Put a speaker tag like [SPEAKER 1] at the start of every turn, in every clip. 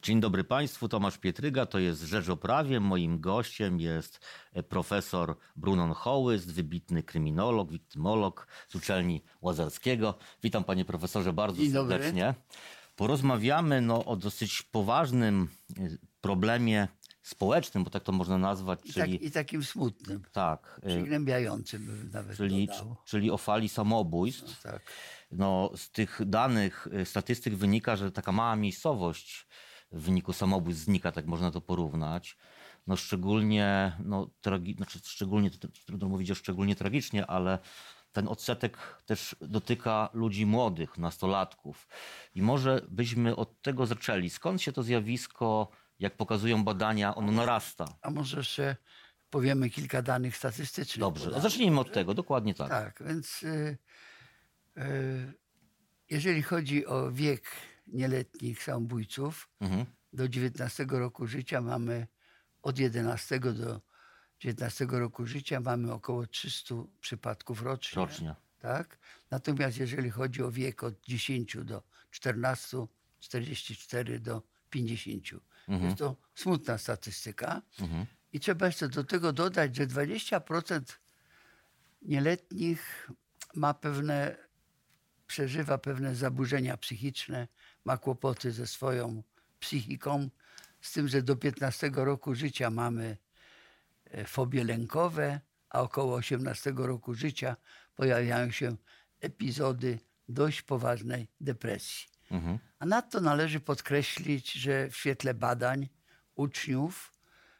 [SPEAKER 1] Dzień dobry Państwu, Tomasz Pietryga, to jest Rzecz o Prawie. Moim gościem jest profesor Brunon Hołyst, wybitny kryminolog, wiktymolog z uczelni Łazarskiego. Witam panie profesorze bardzo serdecznie. Porozmawiamy o dosyć poważnym problemie społecznym, bo tak to można nazwać.
[SPEAKER 2] I takim smutnym.
[SPEAKER 1] Tak.
[SPEAKER 2] Przygnębiającym bym nawet dodał.
[SPEAKER 1] Czyli o fali samobójstw.
[SPEAKER 2] No, tak.
[SPEAKER 1] Z tych danych, statystyk wynika, że taka mała miejscowość w wyniku samobójstw znika, tak można to porównać. Szczególnie trudno mówić o szczególnie tragicznie, ale ten odsetek też dotyka ludzi młodych, nastolatków. I może byśmy od tego zaczęli. Skąd się to zjawisko, jak pokazują badania, ono narasta?
[SPEAKER 2] A może jeszcze powiemy kilka danych statystycznych.
[SPEAKER 1] Dobrze, zacznijmy od tego, dokładnie tak.
[SPEAKER 2] Tak, więc jeżeli chodzi o wiek nieletnich samobójców, do 19 roku życia mamy, od 11 do 19 roku życia mamy około 300 przypadków rocznie. Tak? Natomiast jeżeli chodzi o wiek od 10 do 14, 44 do 50. Jest to smutna statystyka. I trzeba jeszcze do tego dodać, że 20% nieletnich przeżywa pewne zaburzenia psychiczne, ma kłopoty ze swoją psychiką, z tym, że do 15 roku życia mamy fobie lękowe, a około 18 roku życia pojawiają się epizody dość poważnej depresji. A nadto należy podkreślić, że w świetle badań uczniów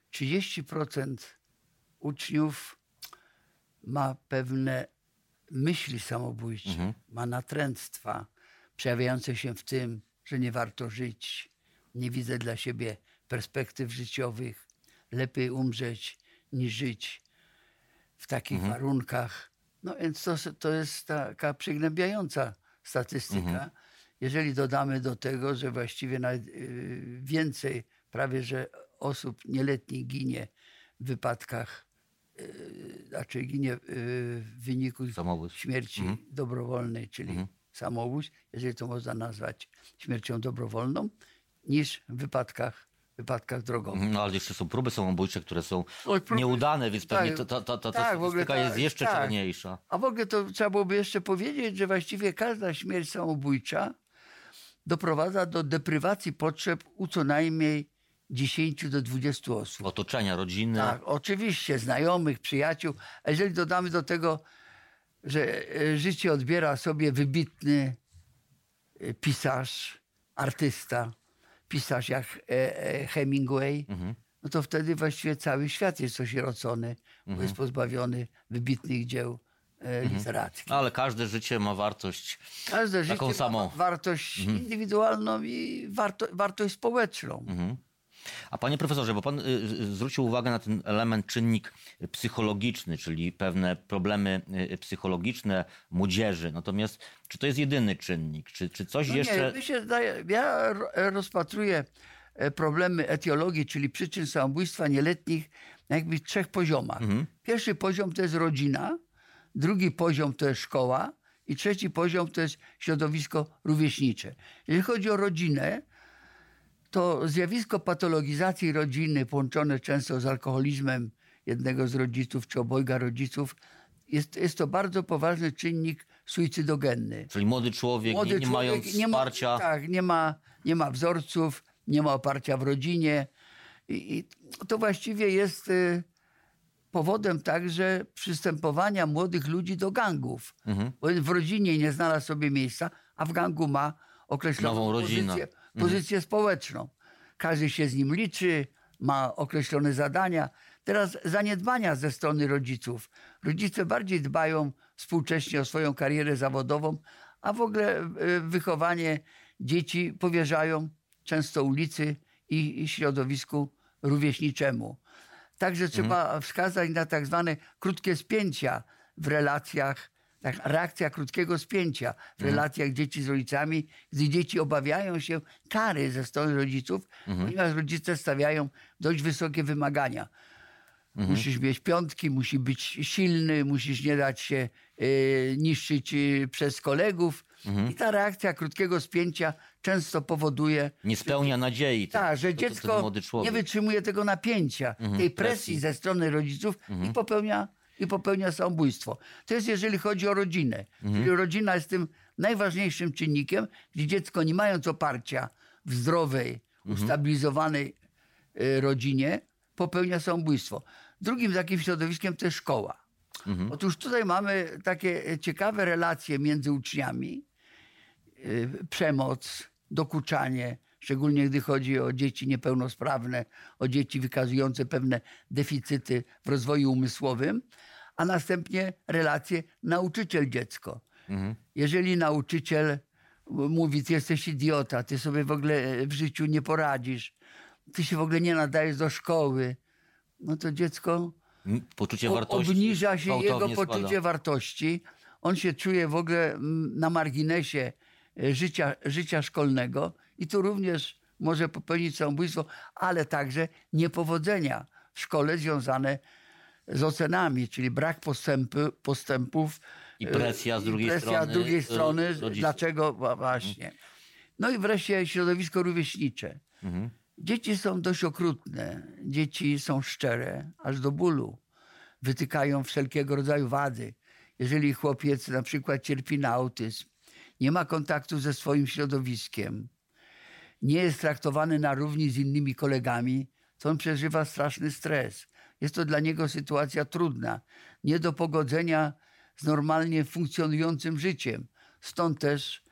[SPEAKER 2] 30% uczniów ma pewne myśli samobójcze, ma natręctwa przejawiające się w tym, że nie warto żyć, nie widzę dla siebie perspektyw życiowych, lepiej umrzeć niż żyć w takich warunkach. No więc to jest taka przygnębiająca statystyka. Jeżeli dodamy do tego, że właściwie nawet więcej, prawie że osób nieletnich ginie w wypadkach, ginie w wyniku śmierci dobrowolnej, czyli samobójstw, jeżeli to można nazwać śmiercią dobrowolną, niż w wypadkach drogowych.
[SPEAKER 1] Ale jeszcze są próby samobójcze, które są nieudane, więc pewnie ta statystyka jest jeszcze czarniejsza.
[SPEAKER 2] A w ogóle to trzeba byłoby jeszcze powiedzieć, że właściwie każda śmierć samobójcza doprowadza do deprywacji potrzeb u co najmniej 10 do 20 osób.
[SPEAKER 1] Otoczenia, rodziny.
[SPEAKER 2] Tak, oczywiście, znajomych, przyjaciół. A jeżeli dodamy do tego, że życie odbiera sobie wybitny pisarz, artysta, pisarz jak Hemingway, no to wtedy właściwie cały świat jest osierocony, bo jest pozbawiony wybitnych dzieł literackich.
[SPEAKER 1] Ale każde życie ma wartość taką samą.
[SPEAKER 2] Ma wartość indywidualną i wartość społeczną.
[SPEAKER 1] A panie profesorze, bo pan zwrócił uwagę na ten element, czynnik psychologiczny, czyli pewne problemy psychologiczne młodzieży. Natomiast czy to jest jedyny czynnik? Czy coś jeszcze...
[SPEAKER 2] Ja rozpatruję problemy etiologii, czyli przyczyn samobójstwa nieletnich jakby w 3 poziomach. Pierwszy poziom to jest rodzina, drugi poziom to jest szkoła i trzeci poziom to jest środowisko rówieśnicze. Jeżeli chodzi o rodzinę, to zjawisko patologizacji rodziny połączone często z alkoholizmem jednego z rodziców czy obojga rodziców jest to bardzo poważny czynnik suicydogenny.
[SPEAKER 1] Czyli młody człowiek, nie mając wsparcia...
[SPEAKER 2] Nie ma wzorców, nie ma oparcia w rodzinie i to właściwie jest powodem także przystępowania młodych ludzi do gangów. Bo w rodzinie nie znalazł sobie miejsca, a w gangu ma określoną pozycję społeczną. Każdy się z nim liczy, ma określone zadania. Teraz zaniedbania ze strony rodziców. Rodzice bardziej dbają współcześnie o swoją karierę zawodową, a w ogóle wychowanie dzieci powierzają często ulicy i środowisku rówieśniczemu. Także trzeba wskazać na tak zwane krótkie spięcia w relacjach, reakcja krótkiego spięcia w relacjach dzieci z rodzicami, gdy dzieci obawiają się kary ze strony rodziców, ponieważ rodzice stawiają dość wysokie wymagania. Musisz mieć piątki, musi być silny, musisz nie dać się niszczyć przez kolegów. I ta reakcja krótkiego spięcia często powoduje,
[SPEAKER 1] Nie spełnia nadziei.
[SPEAKER 2] tak, że
[SPEAKER 1] ten
[SPEAKER 2] dziecko
[SPEAKER 1] młody człowiek.
[SPEAKER 2] nie wytrzymuje tego napięcia, tej presji ze strony rodziców i popełnia samobójstwo. To jest jeżeli chodzi o rodzinę. Czyli rodzina jest tym najważniejszym czynnikiem, gdzie dziecko nie mając oparcia w zdrowej, ustabilizowanej rodzinie popełnia samobójstwo. Drugim takim środowiskiem to jest szkoła. Otóż tutaj mamy takie ciekawe relacje między uczniami. Przemoc, dokuczanie, szczególnie gdy chodzi o dzieci niepełnosprawne, o dzieci wykazujące pewne deficyty w rozwoju umysłowym, a następnie relacje nauczyciel-dziecko. Jeżeli nauczyciel mówi, ty jesteś idiota, ty sobie w ogóle w życiu nie poradzisz, ty się w ogóle nie nadajesz do szkoły, no to dziecko
[SPEAKER 1] Poczucie wartości
[SPEAKER 2] obniża się jego
[SPEAKER 1] spada.
[SPEAKER 2] poczucie wartości. On się czuje w ogóle na marginesie życia szkolnego i tu również może popełnić samobójstwo, ale także niepowodzenia w szkole związane z ocenami, czyli brak postępów.
[SPEAKER 1] I presja z drugiej strony. Rodziców.
[SPEAKER 2] Dlaczego? Właśnie. No i wreszcie środowisko rówieśnicze. Dzieci są dość okrutne. Dzieci są szczere, aż do bólu. Wytykają wszelkiego rodzaju wady. Jeżeli chłopiec na przykład cierpi na autyzm, nie ma kontaktu ze swoim środowiskiem, nie jest traktowany na równi z innymi kolegami, to on przeżywa straszny stres. Jest to dla niego sytuacja trudna, nie do pogodzenia z normalnie funkcjonującym życiem. Stąd też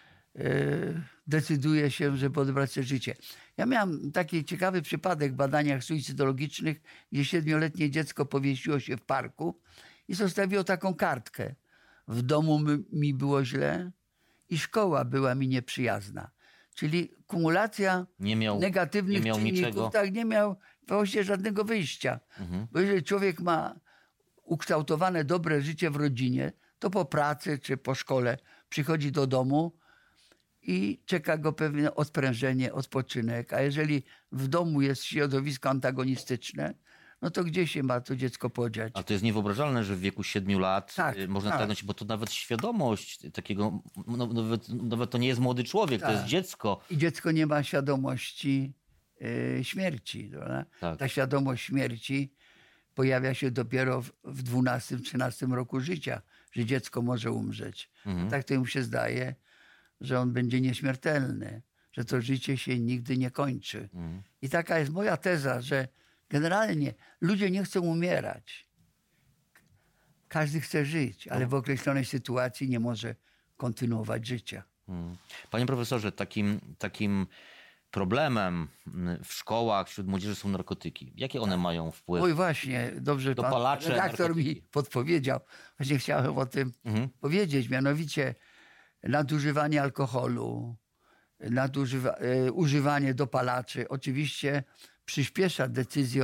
[SPEAKER 2] decyduje się, żeby odebrać sobie życie. Ja miałem taki ciekawy przypadek w badaniach suicydologicznych, gdzie 7-letnie dziecko powiesiło się w parku i zostawiło taką kartkę. W domu mi było źle i szkoła była mi nieprzyjazna. Czyli kumulacja negatywnych czynników. Niczego. Tak, nie miał właściwie żadnego wyjścia. Bo jeżeli człowiek ma ukształtowane dobre życie w rodzinie, to po pracy czy po szkole przychodzi do domu i czeka go pewne odprężenie, odpoczynek. A jeżeli w domu jest środowisko antagonistyczne, no to gdzie się ma to dziecko podziać?
[SPEAKER 1] A to jest niewyobrażalne, że w wieku 7 lat można tragnąć, bo to nawet świadomość takiego, nawet to nie jest młody człowiek, to jest dziecko.
[SPEAKER 2] I dziecko nie ma świadomości śmierci. Tak. Ta świadomość śmierci pojawia się dopiero w 12-13 roku życia, że dziecko może umrzeć. Tak to mu się zdaje, że on będzie nieśmiertelny, że to życie się nigdy nie kończy. I taka jest moja teza, że generalnie ludzie nie chcą umierać. Każdy chce żyć, ale w określonej sytuacji nie może kontynuować życia.
[SPEAKER 1] Panie profesorze, takim problemem w szkołach wśród młodzieży są narkotyki. Jakie one mają wpływ?
[SPEAKER 2] Oj właśnie, dobrze pan redaktor mi podpowiedział. Właśnie chciałem o tym powiedzieć. Mianowicie nadużywanie alkoholu, używanie dopalaczy oczywiście przyspiesza decyzję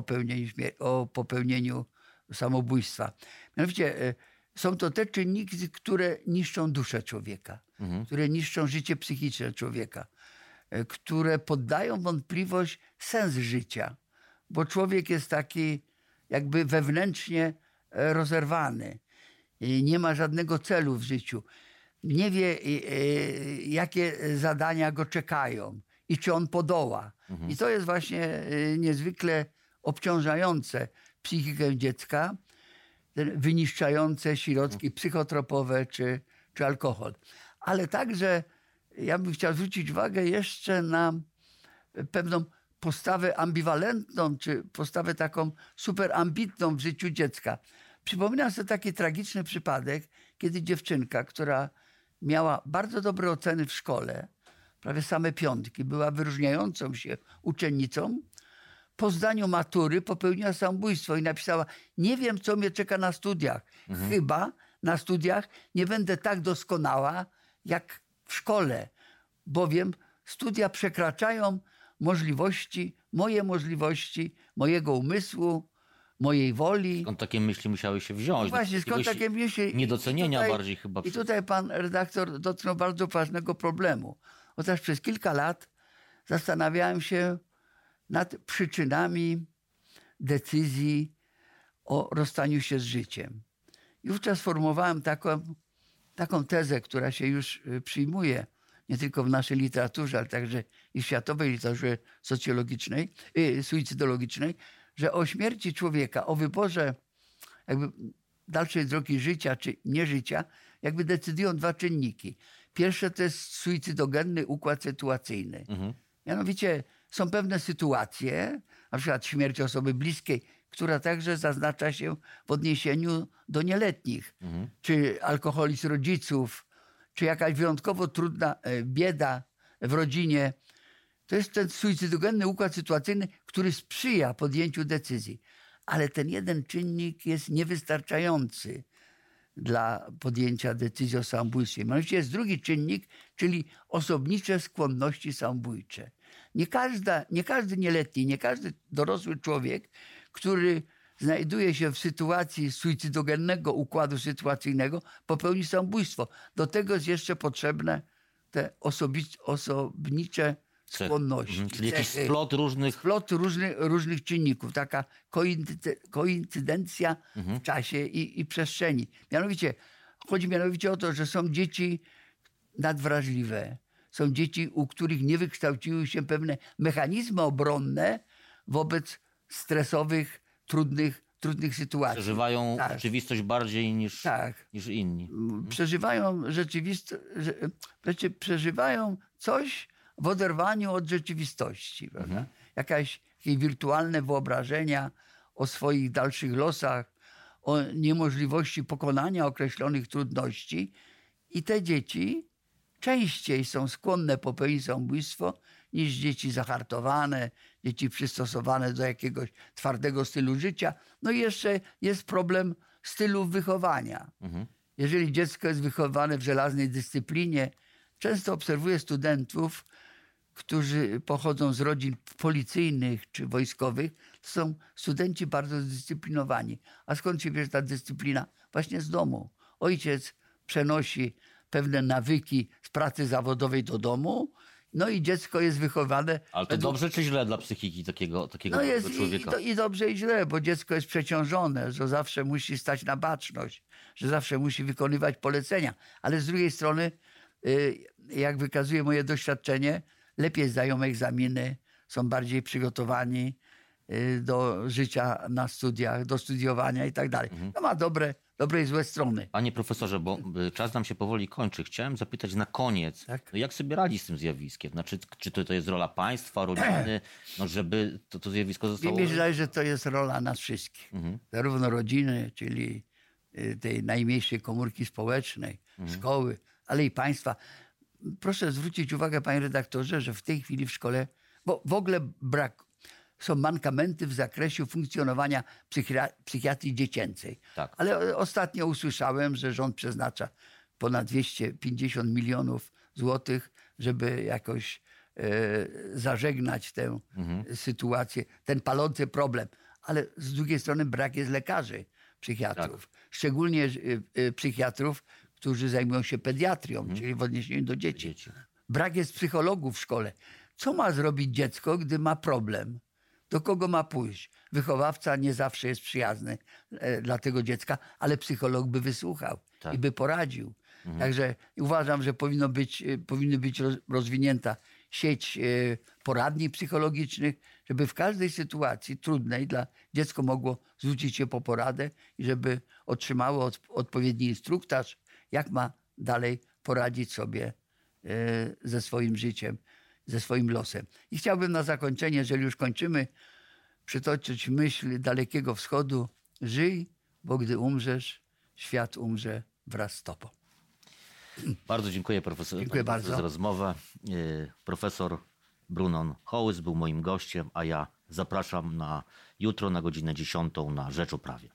[SPEAKER 2] o popełnieniu samobójstwa. Mianowicie są to te czynniki, które niszczą duszę człowieka, które niszczą życie psychiczne człowieka, które poddają wątpliwość sens życia, bo człowiek jest taki jakby wewnętrznie rozerwany i nie ma żadnego celu w życiu. Nie wie, jakie zadania go czekają i czy on podoła. I to jest właśnie niezwykle obciążające psychikę dziecka, wyniszczające środki psychotropowe czy alkohol. Ale także ja bym chciał zwrócić uwagę jeszcze na pewną postawę ambiwalentną, czy postawę taką superambitną w życiu dziecka. Przypominam sobie taki tragiczny przypadek, kiedy dziewczynka, która miała bardzo dobre oceny w szkole, prawie same piątki, była wyróżniającą się uczennicą, po zdaniu matury popełniła samobójstwo i napisała: nie wiem, co mnie czeka na studiach. Chyba na studiach nie będę tak doskonała jak w szkole, bowiem studia przekraczają możliwości, mojego umysłu, mojej woli.
[SPEAKER 1] Skąd takie myśli musiały się wziąć?
[SPEAKER 2] No właśnie, skąd takie myśli?
[SPEAKER 1] Niedocenienia bardziej chyba.
[SPEAKER 2] I tutaj pan redaktor dotknął bardzo ważnego problemu. Chociaż przez kilka lat zastanawiałem się nad przyczynami decyzji o rozstaniu się z życiem. I wówczas formułowałem taką tezę, która się już przyjmuje nie tylko w naszej literaturze, ale także i w światowej literaturze socjologicznej, suicydologicznej, że o śmierci człowieka, o wyborze jakby dalszej drogi życia czy nieżycia, jakby decydują dwa czynniki. Pierwsze to jest suicydogenny układ sytuacyjny. Mianowicie są pewne sytuacje, na przykład śmierć osoby bliskiej, która także zaznacza się w odniesieniu do nieletnich, czy alkoholizm rodziców, czy jakaś wyjątkowo trudna bieda w rodzinie. To jest ten suicydogenny układ sytuacyjny, który sprzyja podjęciu decyzji. Ale ten jeden czynnik jest niewystarczający dla podjęcia decyzji o samobójstwie. Mianowicie jest drugi czynnik, czyli osobnicze skłonności samobójcze. Nie każdy nieletni, nie każdy dorosły człowiek, który znajduje się w sytuacji suicydogennego układu sytuacyjnego, popełni samobójstwo. Do tego jest jeszcze potrzebne te osobnicze skłonności.
[SPEAKER 1] Czyli jakiś splot różnych...
[SPEAKER 2] Splot różnych czynników. Taka koincydencja w czasie i przestrzeni. Chodzi mianowicie o to, że są dzieci nadwrażliwe. Są dzieci, u których nie wykształciły się pewne mechanizmy obronne wobec stresowych, trudnych sytuacji.
[SPEAKER 1] Przeżywają rzeczywistość bardziej niż inni.
[SPEAKER 2] Przeżywają przeżywają coś w oderwaniu od rzeczywistości. Jakieś wirtualne wyobrażenia o swoich dalszych losach, o niemożliwości pokonania określonych trudności. I te dzieci częściej są skłonne popełnić samobójstwo niż dzieci zahartowane, dzieci przystosowane do jakiegoś twardego stylu życia. No i jeszcze jest problem stylu wychowania. Jeżeli dziecko jest wychowane w żelaznej dyscyplinie, często obserwuję studentów, którzy pochodzą z rodzin policyjnych czy wojskowych. To są studenci bardzo zdyscyplinowani. A skąd się bierze ta dyscyplina? Właśnie z domu. Ojciec przenosi pewne nawyki z pracy zawodowej do domu, no i dziecko jest wychowane...
[SPEAKER 1] Ale to dobrze czy źle dla psychiki takiego człowieka?
[SPEAKER 2] I dobrze i źle, bo dziecko jest przeciążone, że zawsze musi stać na baczność, że zawsze musi wykonywać polecenia. Ale z drugiej strony, jak wykazuje moje doświadczenie, lepiej zdają egzaminy, są bardziej przygotowani do życia na studiach, do studiowania i tak dalej. To ma dobre i złe strony.
[SPEAKER 1] Panie profesorze, bo czas nam się powoli kończy. Chciałem zapytać na koniec, jak sobie radzi z tym zjawiskiem? Znaczy, czy to jest rola państwa, rodziny, żeby to zjawisko zostało...
[SPEAKER 2] Mi się wydaje, że to jest rola nas wszystkich. Zarówno rodziny, czyli tej najmniejszej komórki społecznej, szkoły, ale i państwa. Proszę zwrócić uwagę, panie redaktorze, że w tej chwili w szkole, bo w ogóle są mankamenty w zakresie funkcjonowania psychiatrii dziecięcej. Ale ostatnio usłyszałem, że rząd przeznacza ponad 250 milionów złotych, żeby jakoś zażegnać tę sytuację, ten palący problem. Ale z drugiej strony brak jest lekarzy psychiatrów. Szczególnie psychiatrów, którzy zajmują się pediatrią, czyli w odniesieniu do dzieci. Brak jest psychologów w szkole. Co ma zrobić dziecko, gdy ma problem? Do kogo ma pójść? Wychowawca nie zawsze jest przyjazny dla tego dziecka, ale psycholog by wysłuchał i by poradził. Także uważam, że powinny być rozwinięta sieć poradni psychologicznych, żeby w każdej sytuacji trudnej dziecko mogło zwrócić się po poradę i żeby otrzymało odpowiedni instruktaż, jak ma dalej poradzić sobie ze swoim życiem, ze swoim losem. I chciałbym na zakończenie, jeżeli już kończymy, przytoczyć myśl Dalekiego Wschodu. Żyj, bo gdy umrzesz, świat umrze wraz z tobą.
[SPEAKER 1] Bardzo dziękuję profesorowi
[SPEAKER 2] bardzo
[SPEAKER 1] za rozmowę. Profesor Brunon Hołys był moim gościem, a ja zapraszam na jutro na godzinę 10 na Rzecz o Prawie.